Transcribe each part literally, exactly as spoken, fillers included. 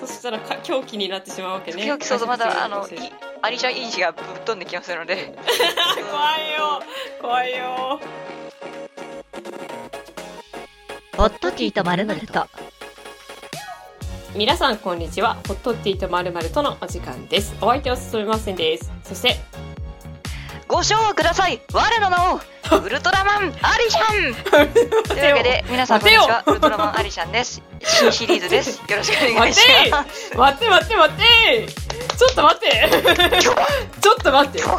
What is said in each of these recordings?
そしたらか狂気になってしまうわけね。 狂気、そうそう、またあのアリシャ因子がぶっ飛んできますので怖いよ怖いよ。 ホットティーとまるまると。 皆さんこんにちは。ホットティーとまるまるとのお時間です。お相手を務めませんです。そしてご賞をください、我の名をウルトラマンアリシャンというわけで皆さんこんにちは、ウルトラマンアリシャンです。新シリーズです。よろしくお願いします。 待って待って待ってちょっと待ってちょっと待ってちょっ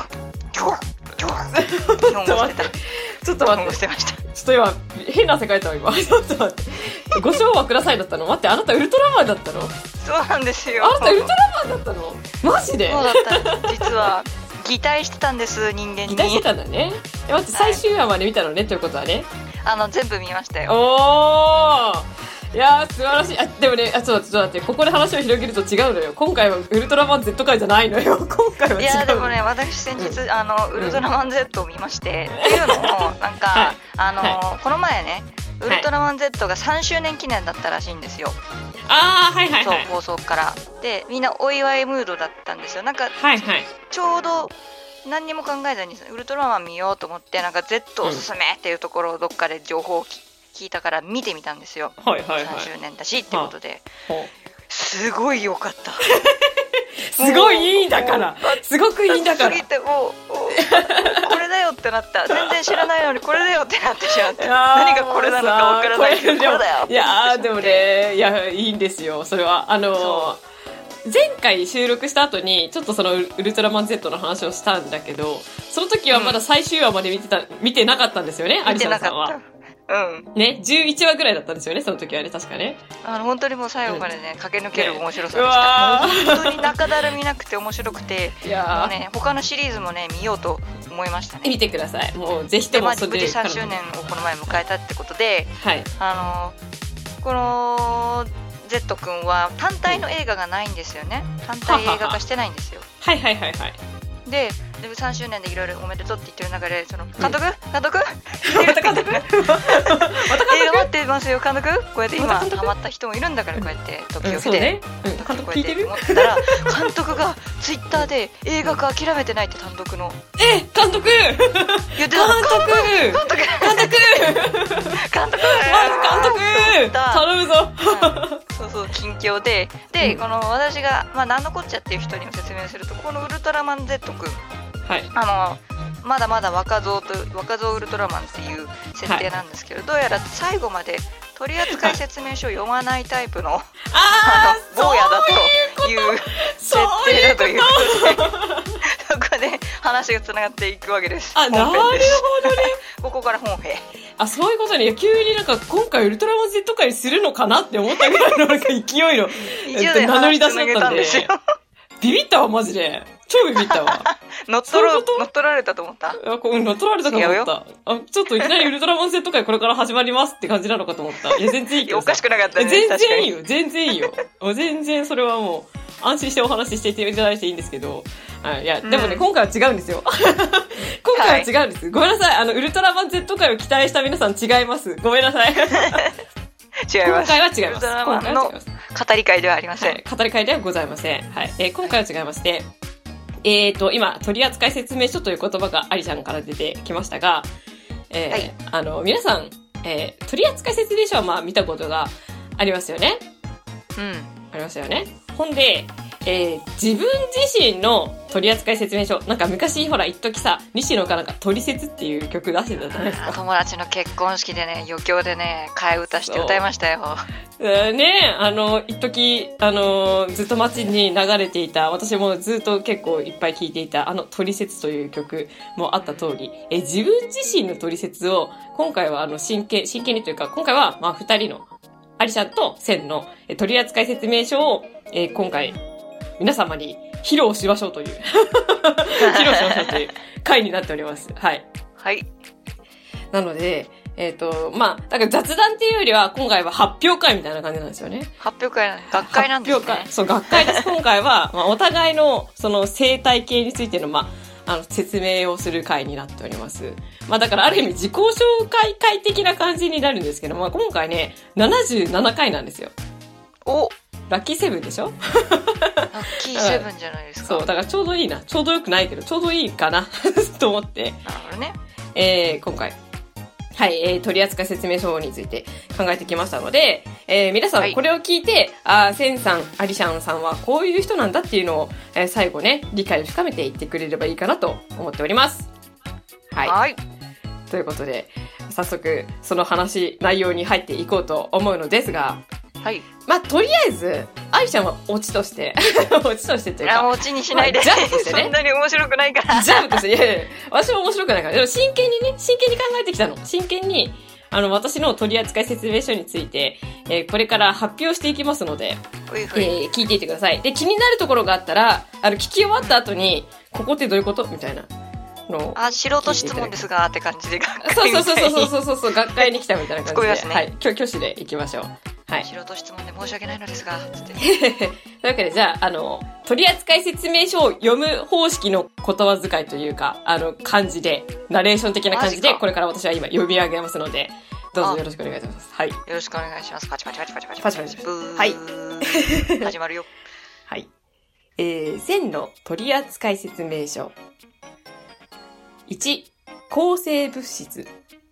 と待ってちょっと待ってしてました。 ちょっと今変な世界観今ちょっと待ってご賞はくださいだったの。待って、あなたウルトラマンだったの。 そうなんですよ。 あなたウルトラマンだったの。マジで。 そうだった実は擬態してたんです、人間に。 擬態してたんだね。え、待って、最終話まで見たのね、はい、ということはね。 あの全部見ましたよ。 おー、いやー素晴らしい。あ、でもね、あ、ちょっと待って、ここで話を広げると違うのよ。今回はウルトラマン Z 回じゃないのよ。今回は違う。 いやでもね、私先日、うん、あのウルトラマン Z を見まして、うん、っていうのもなんか、はい、あの、はい、この前ね、ウルトラマン Z がさんしゅうねん記念だったらしいんですよ。 あー、はいはいはい。 そう、放送からでみんなお祝いムードだったんですよ。なんか、 はいはい、 ちょうど何にも考えずにウルトラマン見ようと思って、なんか Z おすすめっていうところをどっかで情報を聞いたから見てみたんですよ。 はいはいはい、 さんしゅうねんだしってことで、はあ、すごい良かったすごいいいんだからすごくいいんだからすぎてもうこれだよってなった。全然知らないのにこれだよってなってしまって何がこれなのかわからないけど、これだよ。 いやーでもね、いやいいんですよそれは。あのー前回収録した後にちょっとそのウルトラマン Z の話をしたんだけど、その時はまだ最終話まで見てた、うん、見てなかったんですよね、アリシャンさんは。 うん。 ね、じゅういちわぐらいだったんですよね、その時はね、確かね。 あの本当にもう最後までね、うん、駆け抜ける面白さでした。ね、本当に中だるみなくて面白くて、いやもうね、他のシリーズもね見ようと思いましたね。 見てください。もうぜひともそれで。 無事さんしゅうねんをこの前迎えたってことで、 はい。 あのこの。Z 君は単体の映画がないんですよね。単体映画化してないんですよ。 はいはいはいはい。 で、でさんしゅうねんでいろいろおめでとうって言ってる中で、その監督、うん、監督また監督映画待ってますよ監督。こうやって今ハマった人もいるんだから、こうやって時を経て、 うんうん、監督聞いてる？ 思ったら監督がツイッターで映画化諦めてないって単独の。 え、監督言ってた。監督監督監督監督頼むぞ。 そうそう、近況でで、うん、この私が、まあ、何のこっちゃっていう人にも説明すると、このウルトラマン Z 君、 はい、 あのまだまだ若造と若造ウルトラマンっていう設定なんですけど、はい、どうやら最後まで取扱説明書を読まないタイプの、 はい、あの坊やだという設定だということで、そこで話がつながっていくわけです。 あ、なるほどね。 ここから本編。 あ、そういうことね。急になんか今回ウルトラマン Z 回するのかなって思ったぐらいのなんか勢いの名乗り出しだったんで、ビビったわマジで。超ビビったわ。 乗っ取ろう乗っ取られたと思った。 あ、こう乗っ取られたと思った。あ、ちょっといきなりウルトラマン Z 回これから始まりますって感じなのかと思った。いや全然いいけど。 おかしくなかったね。 全然いいよ。全然いいよ。全然それはもう安心してお話ししていただいていいんですけど。いや、でもね、うん、今回は違うんですよ。今回は違うんです、はい。ごめんなさい。あの、ウルトラマン Z 回を期待した皆さん違います。ごめんなさい。 違います。 今回は違います。ウルトラマンの語り会ではありません。はい、 語り会ではございません。はい。えー、今回は違いまして、えーと、今、取扱説明書という言葉がアリちゃんから出てきましたが、えー、はい、あの、皆さん、えー、取扱説明書はまあ見たことがありますよね。 うん。 ありますよね。ほんで、えー、自分自身の取扱説明書、なんか昔ほら一時さ、西野かなんか取説っていう曲出してたじゃないですか。 友達の結婚式でね、余興でね、替え歌して歌いましたよ。 えー、ね、あの一時あのずっと街に流れていた、私もずっと結構いっぱい聴いていたあの取説という曲もあった通り、えー、自分自身の取説を今回はあの真剣真剣にというか、今回はまあ二人のアリちゃんとセンの取扱説明書を、えー、今回皆様に披露しましょうという披露しましょうという回になっております。はい。 はい。 なので、えっと、まあ、だから雑談っていうよりは、今回は発表会みたいな感じなんですよね。 発表会、学会なんですね。 発表会。そう、学会です。今回は、まあ、お互いの、その生態系についての、まあ、あの、説明をする会になっております。まあ、だからある意味自己紹介会的な感じになるんですけど、まあ、今回ね、ななじゅうななかいなんですよ。 おラッキーセブンでしょラッキーセブンじゃないですか。 そう、だからちょうどいいな。ちょうどよくないけど、ちょうどいいかなと思って。 なるほどね。 えー、今回、はい、えー、取扱説明書について考えてきましたので、えー、皆さんこれを聞いて、はい、あ、センさん、アリシャンさんはこういう人なんだっていうのを、えー、最後ね、理解を深めていってくれればいいかなと思っております。はい。はい。ということで、早速、その話、内容に入っていこうと思うのですが、 はい。 まあ、とりあえず、アリシャンはオチとして、オチとしてというか。 あ、オチにしないで。 まあ、ジャンプしてね。 そんなに面白くないから。 ジャンプして、いやいや、私も面白くないから。でも真剣にね、真剣に考えてきたの。真剣に、あの、私の取扱説明書について、えー、これから発表していきますので、 ふいふいえー、聞いていてください。で、気になるところがあったら、あの、聞き終わった後に、ここってどういうことみたいなのあ、素人質問ですが、って感じで学会そうそうそうそうそうそうそう、学会に来たみたいな感じで。 ますね。 はい。挙手で行きましょう。はい。 素人質問で申し訳ないのですが、つって。 というわけで、じゃあ、あの、取扱説明書を読む方式の言葉遣いというか、あの、感じで、ナレーション的な感じで、これから私は今読み上げますので、どうぞよろしくお願いします。はい。よろしくお願いします。パチパチパチパチパチパチパチ。 はい。始まるよ。 はい。えー、線の取扱説明書。いち、抗生物質。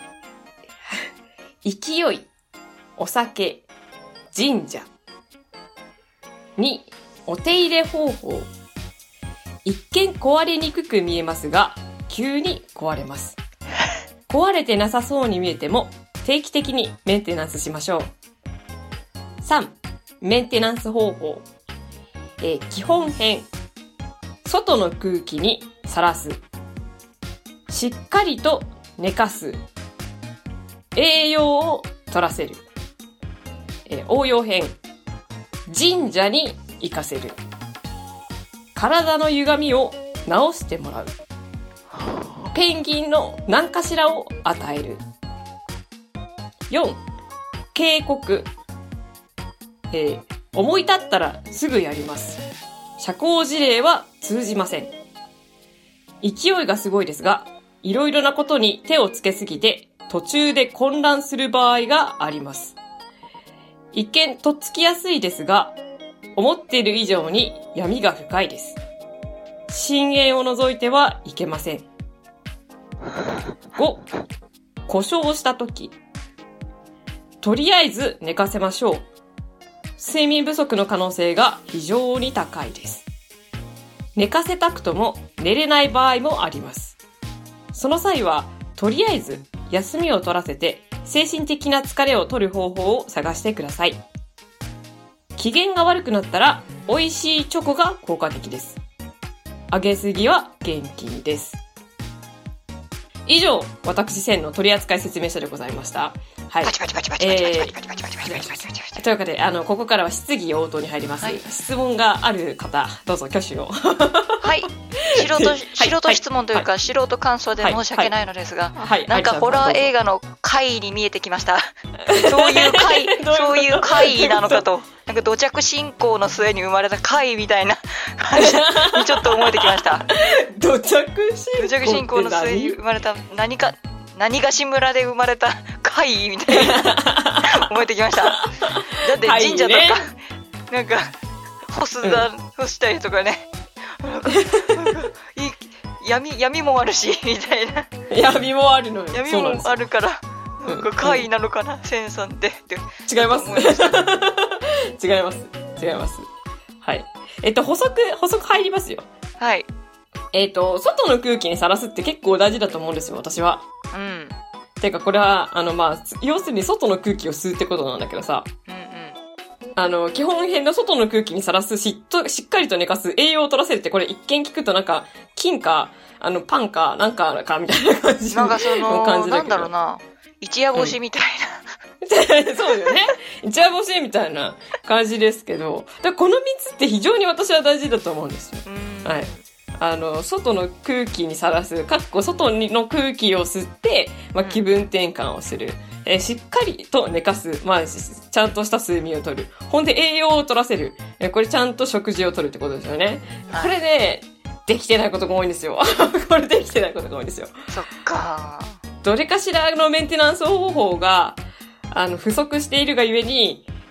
勢い、お酒、神社。に、お手入れ方法。一見壊れにくく見えますが、急に壊れます。壊れてなさそうに見えても、定期的にメンテナンスしましょう。さん、メンテナンス方法。えー、基本編。外の空気にさらす。しっかりと寝かす。栄養を取らせる。えー、応用編。神社に行かせる。体の歪みを直してもらう。ペンギンの何かしらを与える。よん、警告。えー、思い立ったらすぐやります。社交辞令は通じません。勢いがすごいですが、いろいろなことに手をつけすぎて途中で混乱する場合があります。一見とっつきやすいですが、思っている以上に闇が深いです。深淵を除いてはいけません。ご、故障したとき。とりあえず寝かせましょう。睡眠不足の可能性が非常に高いです。寝かせたくとも寝れない場合もあります。その際は、とりあえず休みを取らせて精神的な疲れを取る方法を探してください。機嫌が悪くなったら美味しいチョコが効果的です。上げすぎは厳禁です。以上、私千の取扱説明書でございました。はい。 パチパチパチパチパチパチパチパチパチパチパチパチパチパチ。 というわけで、あの、ここからは質疑応答に入ります。はい、質問がある方、どうぞ挙手を。 はい。素人、素人質問というか、はい、素人感想で申し訳ないのですが、はいはい、なんかホラー映画の怪異に見えてきました。そういう怪異、そういう怪異なのかと。なんか土着信仰の末に生まれた怪異みたいな感じにちょっと思えてきました。 土着信仰土着信仰の末に生まれた何か、何がし村で生まれた怪異みたいな思えてきました。だって神社とか、ね、なんか干すだ、うん、干したりとかね、なんかなんか闇闇もあるしみたいな。 闇もあるのよ。 闇もあるから。なんか怪異なのかな、センさんってって違います違います違います。はい。えっと補足補足入りますよ。 はい。 えっと外の空気にさらすって結構大事だと思うんですよ、私は。 うん。 てかこれはあのまあ要するに外の空気を吸うってことなんだけどさ。 うんうん。 あの基本編の外の空気にさらす、しっとしっかりと寝かす、栄養を取らせるって、これ一見聞くとなんか金かあのパンかなんかかみたいな感じなんかその感じだけど、なんだろうな。一夜干しみたいな、うん、そうよね。一夜干しみたいな感じですけど、だこのみっつって非常に私は大事だと思うんですよ。はい。あの外の空気にさらす、かっこ外の空気を吸って、まあ、気分転換をする、うん、えー、しっかりと寝かす、まあ、ちゃんとした睡眠をとる、ほんで栄養を取らせる、えー、これちゃんと食事をとるってことですよね。はい、これでできてないことが多いんですよ。これできてないことが多いんですよ。 そっかー。 どれかしらのメンテナンス方法が、あの、不足しているがゆえに、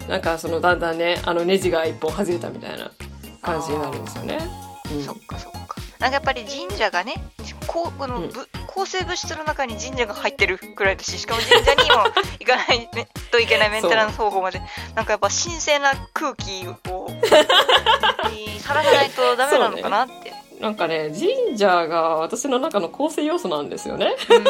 なんかそのだんだんね、あのネジが一本外れたみたいな感じになるんですよね。うん、 そっかそっか。なんかやっぱり神社がね、ここの、うん、抗生物質の中に神社が入ってるくらいだし、しかも神社にも行かないといけないメンテナンス方法まで、なんかやっぱ神聖な空気をにさらさないとダメなのかなって。 なんかね、神社が私の中の構成要素なんですよね。 うん、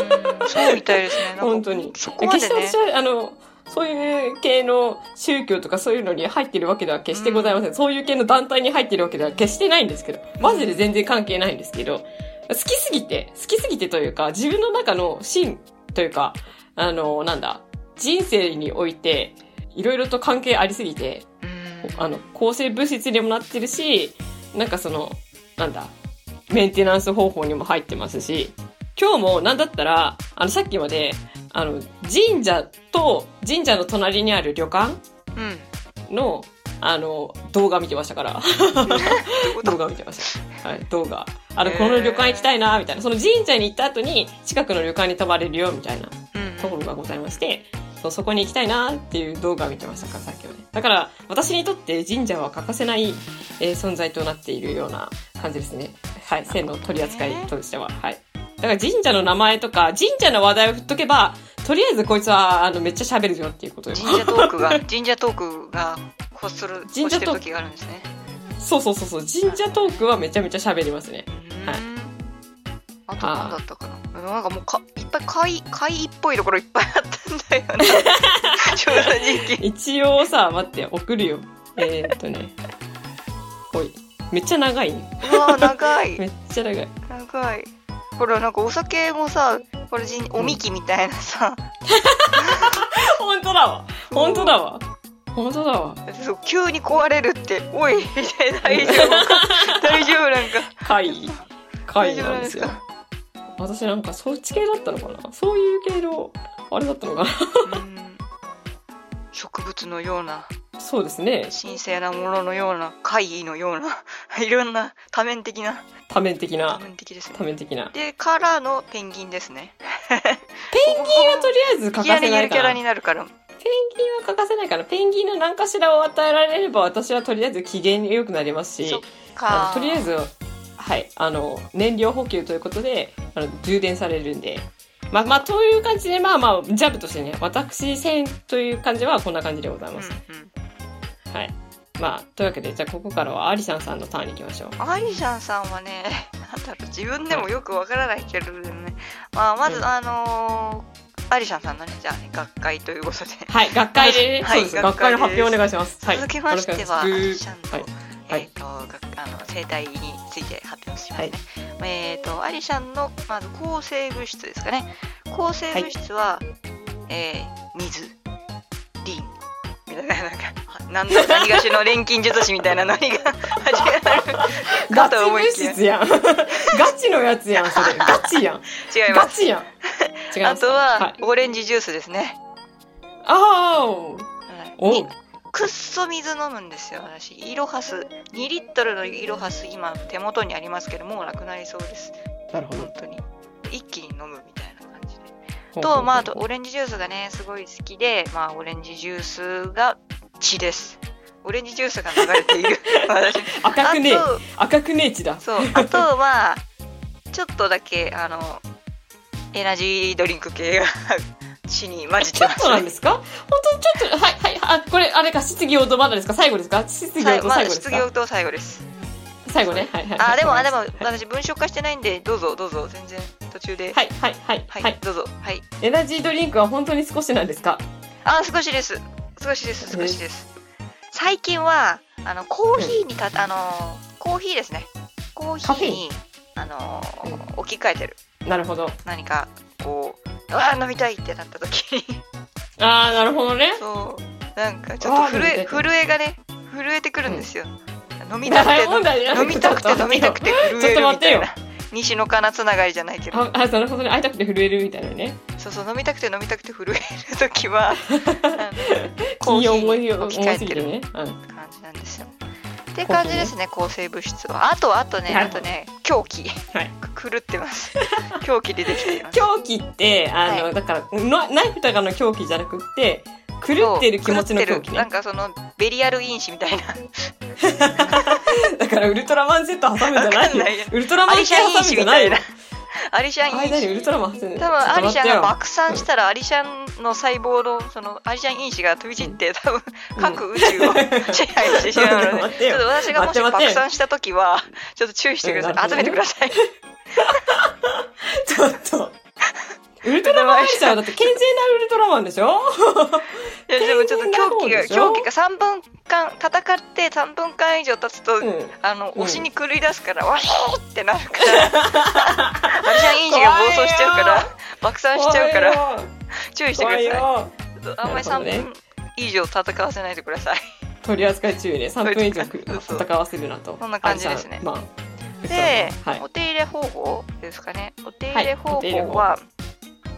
そうみたいですね。 本当に。 そこまでね。 決して私はあのそういう系の宗教とかそういうのに入ってるわけでは決してございません。うん、そういう系の団体に入ってるわけでは決してないんですけど、マジで全然関係ないんですけど、好きすぎて、好きすぎてというか、自分の中の芯というか、あの、なんだ、人生において、いろいろと関係ありすぎて、あの、抗生物質にもなってるし、なんかその、なんだ、メンテナンス方法にも入ってますし、今日もなんだったら、あの、さっきまで、あの、神社と、神社の隣にある旅館の、うん、あの、動画見てましたから。動画見てました。はい、動画。あの、この旅館行きたいな、みたいな。その神社に行った後に、近くの旅館に泊まれるよ、みたいなところがございまして、そう、そこに行きたいな、っていう動画を見てましたから、さっきまで。だから、私にとって神社は欠かせない、えー、存在となっているような感じですね。はい、線の取り扱いとしては。はい。だから神社の名前とか、神社の話題を振っとけば、とりあえずこいつは、あの、めっちゃ喋るよっていうことよ。 神社トークが、神社トークが、こっそる、神社トークしてる時があるんですね。 そうそうそうそう、神社トークはめちゃめちゃ喋りますね。はい。 あと何だったかな。なんかもうか、いっぱい怪、怪異っぽいところいっぱいあったんだよね。正直。 一応さ、待って、送るよ。えー、っとね。ほい。めっちゃ長いね。 うわ、長い。 めっちゃ長い。 長い。ほら、なんかお酒もさ、これ、おみきみたいなさ。 ほんとだわ。ほんとだわ。ほんとだわ。 そう、急に壊れるって、おい、大丈夫か大丈夫なんか。 怪異。怪異なんですよ。私なんかそっち系だったのかな、そういう系の、あれだったのかなうん、 植物のような。 そうですね。 神聖なもののような、怪異のような、いろんな多面的な。 多面的な。 多面的ですね。 多面的な。 で、からのペンギンですね。 ペンギンはとりあえず欠かせないかな。いきなりゆるキャラになるから。 ペンギンは欠かせないから、ペンギンの何かしらを与えられれば、私はとりあえず機嫌良くなりますし、 そっか。 とりあえず、はい、あの、燃料補給ということで、あの、充電されるんで、まあまあ、という感じで、まあまあ、ジャブとしてね、私戦という感じはこんな感じでございます。うんうん、はい。まあ、というわけで、じゃあここからはアリシャンさんのターンに行きましょう。 アリシャンさんはね、なんだろう、自分でもよくわからないけどね、はい、まあ、まず、うん、あのー、アリシャンさんのね、じゃあね、学会ということで。 はい、学会で、はい、そうです。学会の発表お願いします。はい。 続きましては、アリシャンの、 はいえっ、ー、と、あの生態について発表しますね。はい、えっ、ー、とアリシャンのまず抗生物質ですかね。抗生物質は、はい、えー、水、リンみたいななんか何の何がしの錬金術師みたいなノリが始められるガチ物質やん。ガチのやつやんそれ。ガチやん。 違います。 ガチやん。違います。 あとは、はい、オレンジジュースですね。 ああ。お。 くっそ水飲むんですよ私。イロハスにリットルのイロハス今手元にありますけどもうなくなりそうです。 なるほど。 本当に一気に飲むみたいな感じで。とまああとオレンジジュースがねすごい好きで、まあオレンジジュースが血です。オレンジジュースが流れている私。 赤くねえ赤くねえ血だ。 そう。あとはちょっとだけあのエナジードリンク系が血に混じってます、ね。 ちょっとなんですか？本当ちょっとはいはいあこれあれか質疑応答まだですか？最後ですか？質疑応答最後ですか？ 質疑応答最後です。 最後ねはいはい。 あでもあでも私文章化してないんでどうぞどうぞ全然途中で。 はいはいはいはい、はい、どうぞはい。 エナジードリンクは本当に少しなんですか？ あ少しです少しです少しです。最近はあのコーヒーにか、うん、あのコーヒーですね。コーヒーにあの、うん、置き換えてる。 なるほど。 何かこう。あ飲みたいってなった時にああなるほどね。 そうなんかちょっと震え震えがね震えてくるんですよ、うん、飲みたくて飲みたくて飲みたくて震えるみたいな西野カナつながりじゃないけどああなるほどね会いたくて震えるみたいなね。 そうそう飲みたくて飲みたくて震える時はコーヒーに置き換えてる感じなんですよって感じですね抗生物質は。あとあとねあとね凶器、はい、狂ってます凶器でできています。 凶器ってあの、はい、だからナイフとかの凶器じゃなくって狂ってる気持ちの狂気ね。 なんかそのベリアル因子みたいなだからウルトラマン Z 挟むんじゃないよ。ウルトラマン系挟むんじゃないよ。 アリシャン因子。 間にウルトラマン挟む。 多分アリシャンが爆散したら、うん、アリシャンの細胞のそのアリシャン因子が飛び散って多分各宇宙を支配してしまうので、ちょっと私がもし爆散した時はちょっと注意してください。集めてください。 ちょっと。ウルトラマンアリシャンはだって健全なウルトラマンでしょ。 いやでもちょっと狂気が狂気がさんぷんかん戦ってさんぷんかん以上経つと、うん、あの推しに狂い出すから、うん、わひーってなるからアリシャン因子が暴走しちゃうから爆散しちゃうから注意してください。あんまりさんぷん以上戦わせないでください。 取り扱い注意ね。さんぷん以上戦わせるなと。 そんな感じですね。まあ、で、はい、お手入れ方法ですかね。お手入れ方法は、はい、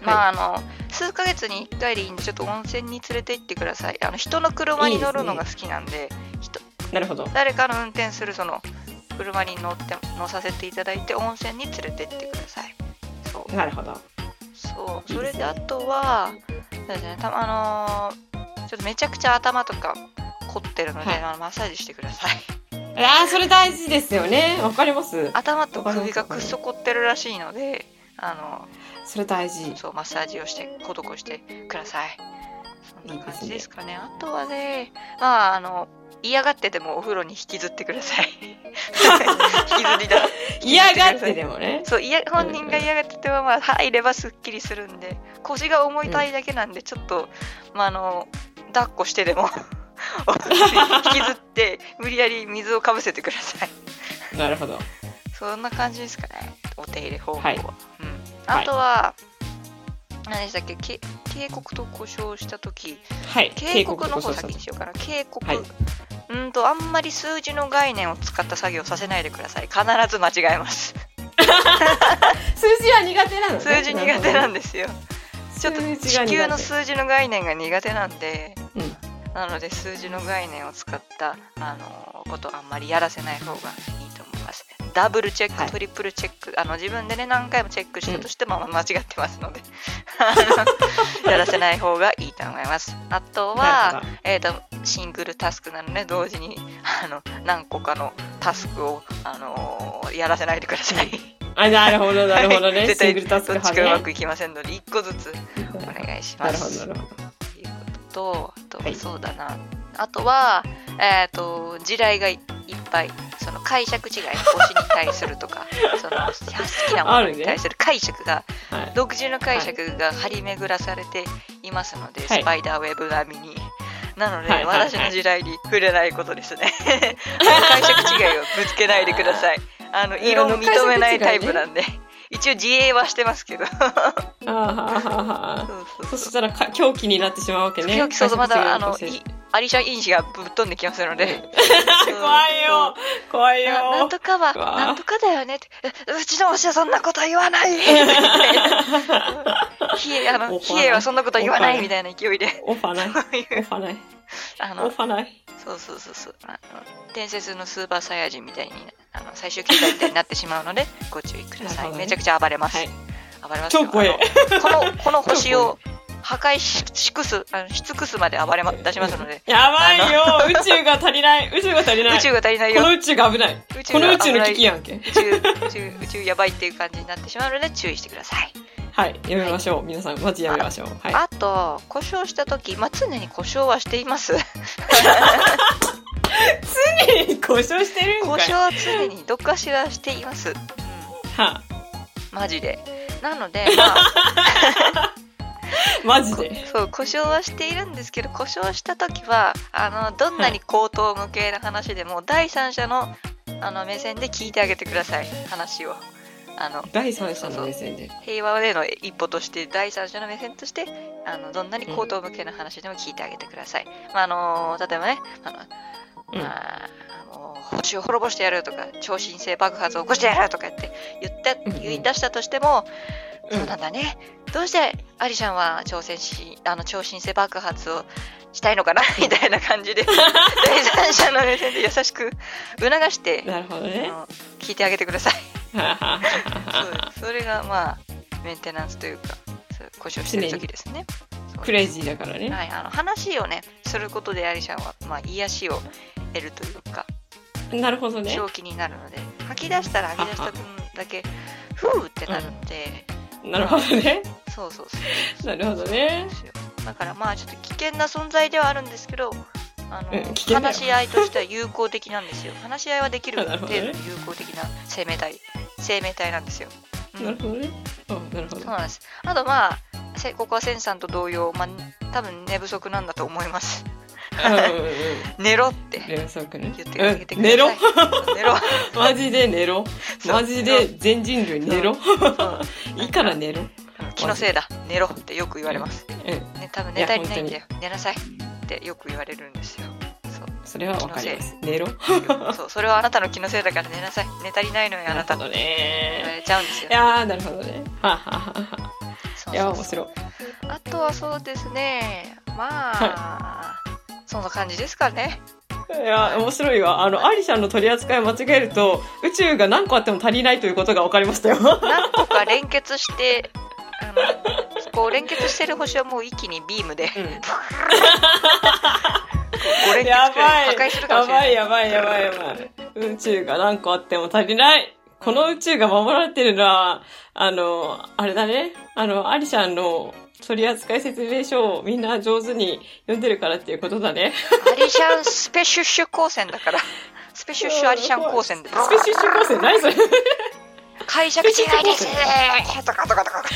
まああの数ヶ月にいっかいでいいんでちょっと温泉に連れて行ってください。あの人の車に乗るのが好きなんで、いいですね、 なるほど。 誰かの運転するその車に乗って乗させていただいて温泉に連れて行ってください。そう。 なるほど。 そう。それであとはそうですね。たあのー、ちょっとめちゃくちゃ頭とか凝ってるので、はい、あのマッサージしてください。 ああそれ大事ですよね。わかります。 頭と首がくっそ凝ってるらしいので、あのそれ大事。 そうマッサージをして施してください。そんな感じですかね。いいですね。あとはね、まああの嫌がってでもお風呂に引きずってください。引きずりだ。 嫌がってでもね。 そういや本人が嫌がっててもまあ入ればすっきりするんで、腰が重いたいだけなんで、うん、ちょっとまああの抱っこしてでも引きずって無理やり水をかぶせてください。 なるほど。 そんな感じですかね。お手入れ方法は。はい、うん。あとは、はい、何でしたっけ、け警告と故障したとき、 はい、 警告の方先にしようかな。警告、はい、うんとあんまり数字の概念を使った作業させないでください。必ず間違えます。 数字は苦手なのね。 数字苦手なんですよ。ちょっと地球の数字の概念が苦手なんで、うん、なので数字の概念を使ったあのことをあんまりやらせない方がいいと思います。ダブルチェック、トリプルチェック、はい、あの自分でね何回もチェックしたとしても、うん、間違ってますのでやらせない方がいいと思います。あとは、えーと、シングルタスクなので同時にあの何個かのタスクを、あのー、やらせないでください。 あ、なるほどなるほどね。 絶対どっちかうまくいきませんのでいっこずつお願いします。 なるほどなるほど。 ということと、あとはそうだな、はい、あとはえっ、ー、と地雷がいっぱい、その解釈違い、推しに対するとかその好きなものに対する解釈が、ね、独自の解釈が張り巡らされていますので、はい、スパイダーウェブ並みに。なので、はいはいはい、私の地雷に触れないことですね。解釈違いをぶつけないでください。あの異論認めないタイプなんで、ね、一応自衛はしてますけど。ああはは。そしたらか狂気になってしまうわけね。 狂気、そうそう、まだあのアリシャ因子がぶっ飛んできますので。 怖いよ怖いよ。 な, なんとかはなんとかだよねって、うちの推しはそんなこと言わない。ヒエあのヒエはそんなこと言わないみたいな勢いで。 オファない。オファない。 あのオファない。 そうそうそうそう。あの伝説のスーパーサイヤ人みたいにあの最終形態みたいになってしまうのでご注意ください。ね、めちゃくちゃ暴れます。はい、暴れますよ。 超怖い。 このこの星を破壊し尽くす、あのし尽くすまで暴れま出しますので。 やばいよ。宇宙が足りない。宇宙が足りない。 宇宙が足りないよ。 この宇宙が危ない。この宇宙の危機やんけ。 宇宙宇宙宇宙やばいっていう感じになってしまうので注意してください。 はい、やめましょう、はい、皆さんマジやめましょう。はい、 あと故障した時、まあ、常に故障はしています。 常に故障してるんかい。 故障は常にどっかしらしています。うん、 はあ、 マジで。なので、まあ、 マジで。 そう、故障はしているんですけど、故障した時はあのどんなに口頭無形な話でも、はい、第三者のあの目線で聞いてあげてください、話を。あの第三者の目線で、 そうそう、平和への一歩として第三者の目線としてあのどんなに口頭向けの話でも聞いてあげてください。うん、まああの例えばね、あの、うん、まあ、もう星を滅ぼしてやるとか超新星爆発を起こしてやるとかって言って言い出したとしても、うん、そうなんだね、どうしてアリちゃんは挑戦しあの超新星爆発をしたいのかなみたいな感じで第三者の目線で優しく促して、 なるほどね、 聞いてあげてください。そう、それがまあメンテナンスというか故障してる時ですね。そクレイジーだからね。 はい、あの話をねすることでアリシャンは、まあ、癒しを得るというか、 なるほどね。 正気になるので、吐き出したら吐き出した分だけふーってなるんで、 うん、なるほどね。 そうそうそうなるほどね。 だからまあちょっと危険な存在ではあるんですけど、あの、 うん、 話し合いとしては有効的なんですよ。話し合いはできる程度の有効的な生命体、生命体なんですよ。 うん、なるほどね。あ、なるほど。 そうなんです。あとまあここはセンさんと同様、まあ多分寝不足なんだと思います。寝ろって言ってあげてください。 寝ろ寝ろマジで寝ろマジで全人類寝ろいいから寝ろ。 気のせいだ、寝ろってよく言われます。うんね、多分寝たりないんだよ、寝なさいってよく言われるんですよ。 そう、それはわかります。寝ろそう、それはあなたの気のせいだから寝なさい、寝足りないのよあなた。なるほどね。言われちゃうんですよ。 いやー、なるほどね。はははは。いや、面白い。 あとはそうですね、まあ、はい、そんな感じですかね。 いや、面白いわ。あの、アリシャンの取り扱いを間違えると、宇宙が何個あっても足りないということが分かりましたよ。 何個か連結して、あのこう連結してる星はもう一気にビームで、うん、ご連結くらい破壊するかもしれない。 やばいやばいやばいやばい。宇宙が何個あっても足りない。この宇宙が守られてるのは、あの、あれだね。あの、アリシャンの取扱説明書をみんな上手に読んでるからっていうことだね。 アリシャンスペシュッシュ光線だから。スペシュッシュアリシャン光線で。 スペシュッシュ光線何それ解釈違いですとかとかとか。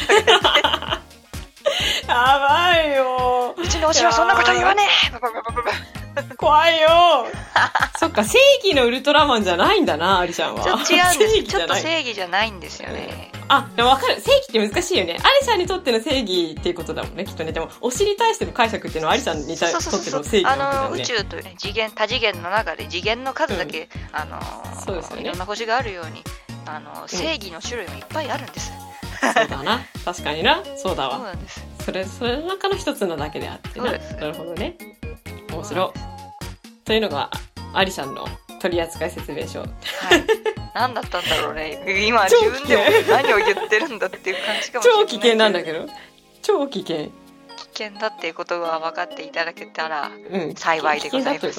やばいよ。 うちの推しはそんなこと言わねえ。怖いよ。そっか、正義のウルトラマンじゃないんだな、アリシャンは。 ちょっと違うんです。ちょっと正義じゃないんですよね。 あ、でも分かる。正義って難しいよね。アリシャンにとっての正義っていうことだもんね、きっとね。でも、推しに対しての解釈っていうのはアリシャンにとっての正義なわけだよね。 あの、宇宙という、ね、次元、多次元の中で次元の数だけ、うん、あの、 そうですよね。 いろんな星があるように、あの、正義の種類もいっぱいあるんです。 うん、そうだな。確かにな。そうだわ。 そうなんです。 それ、それの中の一つなだけであってな。なるほどね。面白い。というのが、アリシャンの取扱説明書。はい。 何だったんだろうね。今、自分でも何を言ってるんだっていう感じかもしれない。 超危険なんだけど。超危険。 危険だっていうことが分かっていただけたら、幸いでございます。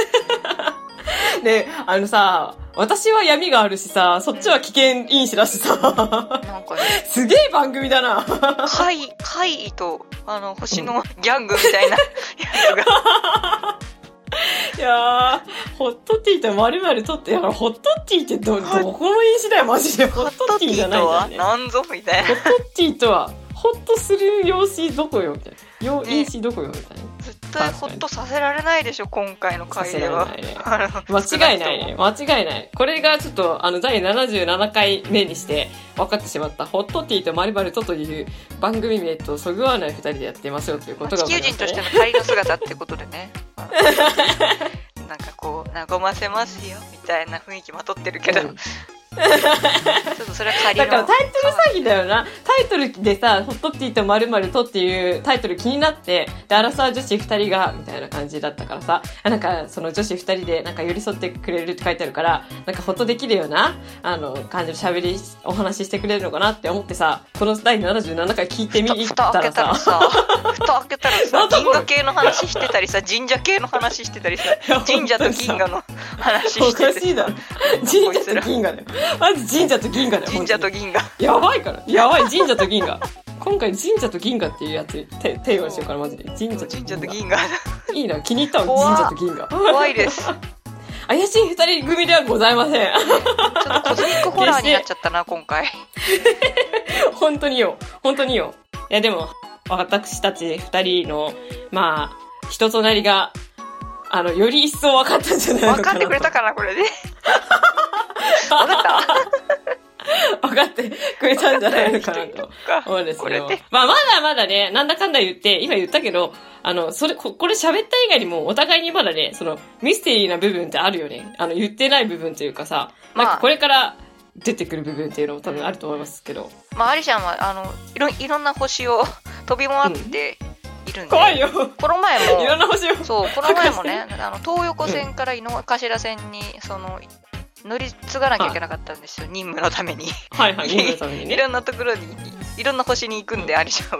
ね、あのさ、私は闇があるしさ、そっちは危険因子だしさ、なんかね、 すげえ番組だな。 怪、怪異と、あの、星のギャングみたいなやつが。 いやー、ホットティーと丸々取って、ホットティーってど、どこの因子だよ、マジで。ホットティーじゃないんだよね。 何ぞみたいな。 ホットティーとは、ホッとする用紙どこよみたいな。因子どこよみたいな。 絶対ホッとさせられないでしょ、今回の回では。 ね、間違いないね。間違いない。これがちょっと、あの、だいななじゅうななかいめにして分かってしまった、ホットティーとマリバルトという番組名とそぐわない二人でやってますよということが分かりました、ね。 地球人としての仮の姿ってことでね。なんかこう、和ませますよ、みたいな雰囲気まとってるけど。うんちょっとそれは仮のだからタイトル詐欺だよな。タイトルでさ、ホットティーと〇〇とっていうタイトル気になって、で、アラサー女子二人が、みたいな感じだったからさ、なんか、その女子二人で、なんか寄り添ってくれるって書いてあるから、なんかホッとできるような、あの、感じの喋り、お話ししてくれるのかなって思ってさ、このだいななじゅうななかい聞いてみたらさ、 蓋開けたらさ、銀河系の話してたりさ、神社系の話してたりさ、神社と銀河の話してたりさ。 おかしいだろ。神社と銀河だよ。まず神社と銀河だよ。 神社と銀河。 やばいから。やばい、神社と銀河。今回神社と銀河っていうやつ、手、手をしようかな、マジで。神社と銀河。 神社と銀河。 いいな、気に入ったわ、神社と銀河。 怖いです。 怪しい二人組ではございません。 ちょっとコズミックホラーになっちゃったな、今回。 本当によ。本当によ。いや、でも、私たち二人の、まあ、人となりが、あの、より一層分かったんじゃないのかな。 分かってくれたかな、これで。分かった分かってくれたんじゃないのかなと思うんですけど。まあ、まだまだね、なんだかんだ言って、今言ったけど、あの、それ、こ、これ喋った以外にも、お互いにまだね、その、ミステリーな部分ってあるよね。あの、言ってない部分というかさ、なんかこれから出てくる部分っていうのも多分あると思いますけど。 まあ、アリちゃんは、あの、いろ、いろんな星を飛び回って、うんいるんで怖いよ。 この前もいろんな星をそうこの前もねあの東横線から井の頭線にその乗り継がなきゃいけなかったんですよ、はい、任務のためにはいはい任務のためにねいろんなところにいろんな星に行くんで、うん、アリシャンは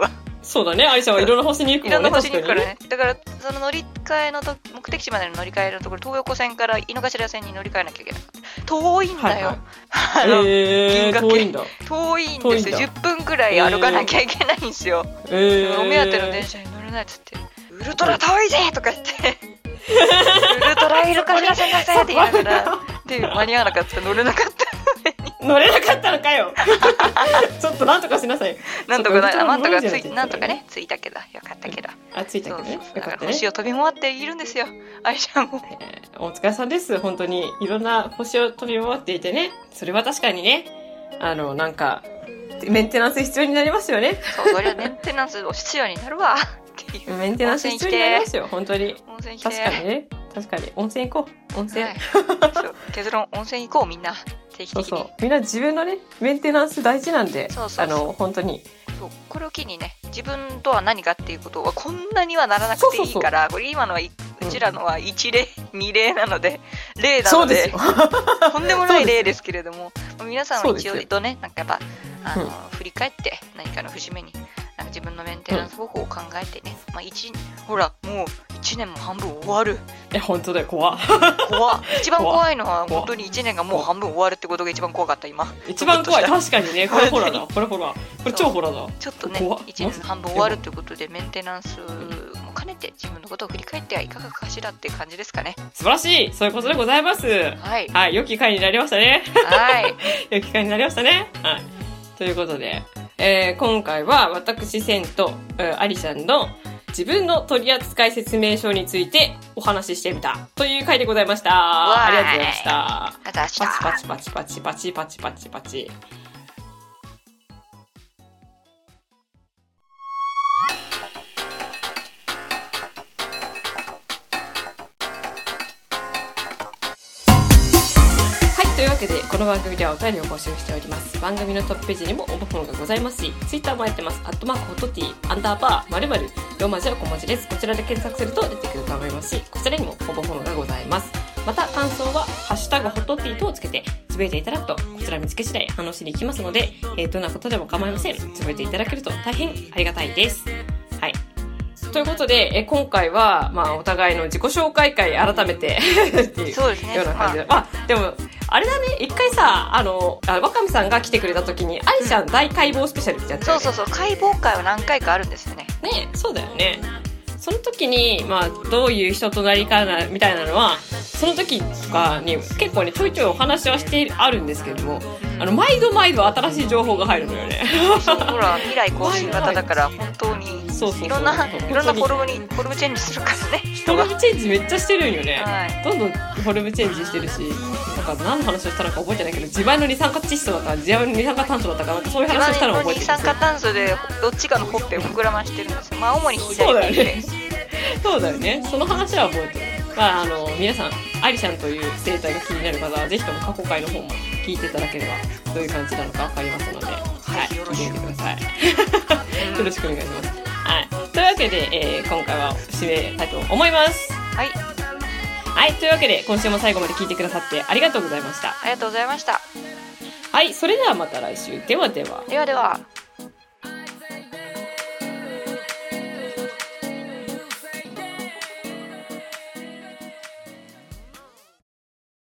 そうだね、アリちゃんはいろんな星に行くもんね。 いろんな星に行くからね。だからその乗り換えのと目的地までの乗り換えのところ、東横線から井の頭線に乗り換えなきゃいけない。遠いんだよ。 はいはい、えー、遠いんだ。 遠いんですよ。じゅっぷんくらい歩かなきゃいけないんですよ。えー、お目当ての電車に乗れないっつって、ウルトラ遠いぜとか言って。ウルトライルカ頭線だぜって言いながら、で間に合わなかった乗れなかった。 乗れなかったのかよ。ちょっとなんとかしなさい。 なんとかな、なんとかつい、なんとかね、ついたけど、よかったけど。 あ、ついたけどね。 だから星を飛び回っているんですよ、アリちゃんも。 えー、お疲れさんです。本当にいろんな星を飛び回っていてね。それは確かにね、あのなんかメンテナンス必要になりますよね。 そう、そりゃメンテナンス必要になるわ。っていう。 メンテナンス必要になりますよ、本当に。 温泉来て。 確かにね。確かに温泉行こう。温泉。はい、 そう結論、温泉行こうみんな。定期的に。 そうそう。みんな自分のねメンテナンス大事なんで、そうそうそう、あの本当に。 そう、これを機にね、自分とは何かっていうことはこんなにはならなくていいから、そうそうそう、これ今のはうちらのはいち例、うん、に例なので、例なので、とんでもない例ですけれども、皆さんは一応とね、なんかやっぱあの、うん、振り返って何かの節目になんか自分のメンテナンス方法を考えてね、うん、まあ一ほらもういちねんも半分終わる。 え、本当だよ、怖っ。 怖っ。一番怖いのは本当にいちねんがもう半分終わるってことが一番怖かった今。 一番怖い、確かにね。これホラだ、これホラ、これ超ホラだ。 ちょっとね、いちねんの半分終わるということでメンテナンスも兼ねて自分のことを振り返ってはいかがかしらって感じですかね。 素晴らしい、そういうことでございます。はい、はい、良き回になりましたね。 はい、 良き回になりましたね。はい。ということで、えー、今回は私センとアリちゃんの自分の取扱説明書についてお話ししてみたという回でございました。ありがとうございました。 ありがとうございました。 パチパチパチパチパチパチパチパチ。というわけでこの番組ではお便りを募集しております。番組のトップページにも応募フォローがございますし、ツイッターもやってます。アットマークホットティーアンダーバー〇〇ローマ字は小文字です。こちらで検索すると出てくると思いますし、こちらにも応募フォローがございます。また感想はハッシュタグホットティーとをつけてつぶやいていただくと、こちら見つけ次第反応しに行きますので、えー、どんなことでも構いません。つぶやいていただけると大変ありがたいです。はい。ということで、え今回は、まあ、お互いの自己紹介会改めてっていうそうですね、 ような感じで、まあ、まあ、でもあれだね、一回さ、あの若見さんが来てくれた時に、アリちゃん大解剖スペシャルってやってたよね。 そうそうそう、解剖会は何回かあるんですよね。 ね、そうだよね。その時に、まあ、どういう人となりかなみたいなのはその時とかに結構ねちょいちょいお話はしてあるんですけれども、あの毎度毎度新しい情報が入るのよね。 そう、ほら未来更新型だから本当にいろんないろんなフォルムにフォルムチェンジするからね。 フォルムチェンジめっちゃしてるんよね、はい、どんどんフォルムチェンジしてるし、なんか何の話をしたのか覚えてないけど、自前の二酸化窒素だったか自前の二酸化炭素だったか、なんかそういう話をしたのを覚えてる。 自前の二酸化炭素でどっちかのほっぺを膨らましてるんですよ。まあ主に左そうだよね。そうだよね。その話は覚えてる。まあ、あの皆さんアリちゃんという生態が気になる方はぜひとも過去回の方も聞いていただければどういう感じなのか分かりますので、はい、聞いてみてください。よろしくお願いします。はい、というわけで、えー、今回は締めたいと思います。 はい、 はい、というわけで今週も最後まで聞いてくださってありがとうございました。 ありがとうございました。 はい、それではまた来週。ではでは。 ではでは。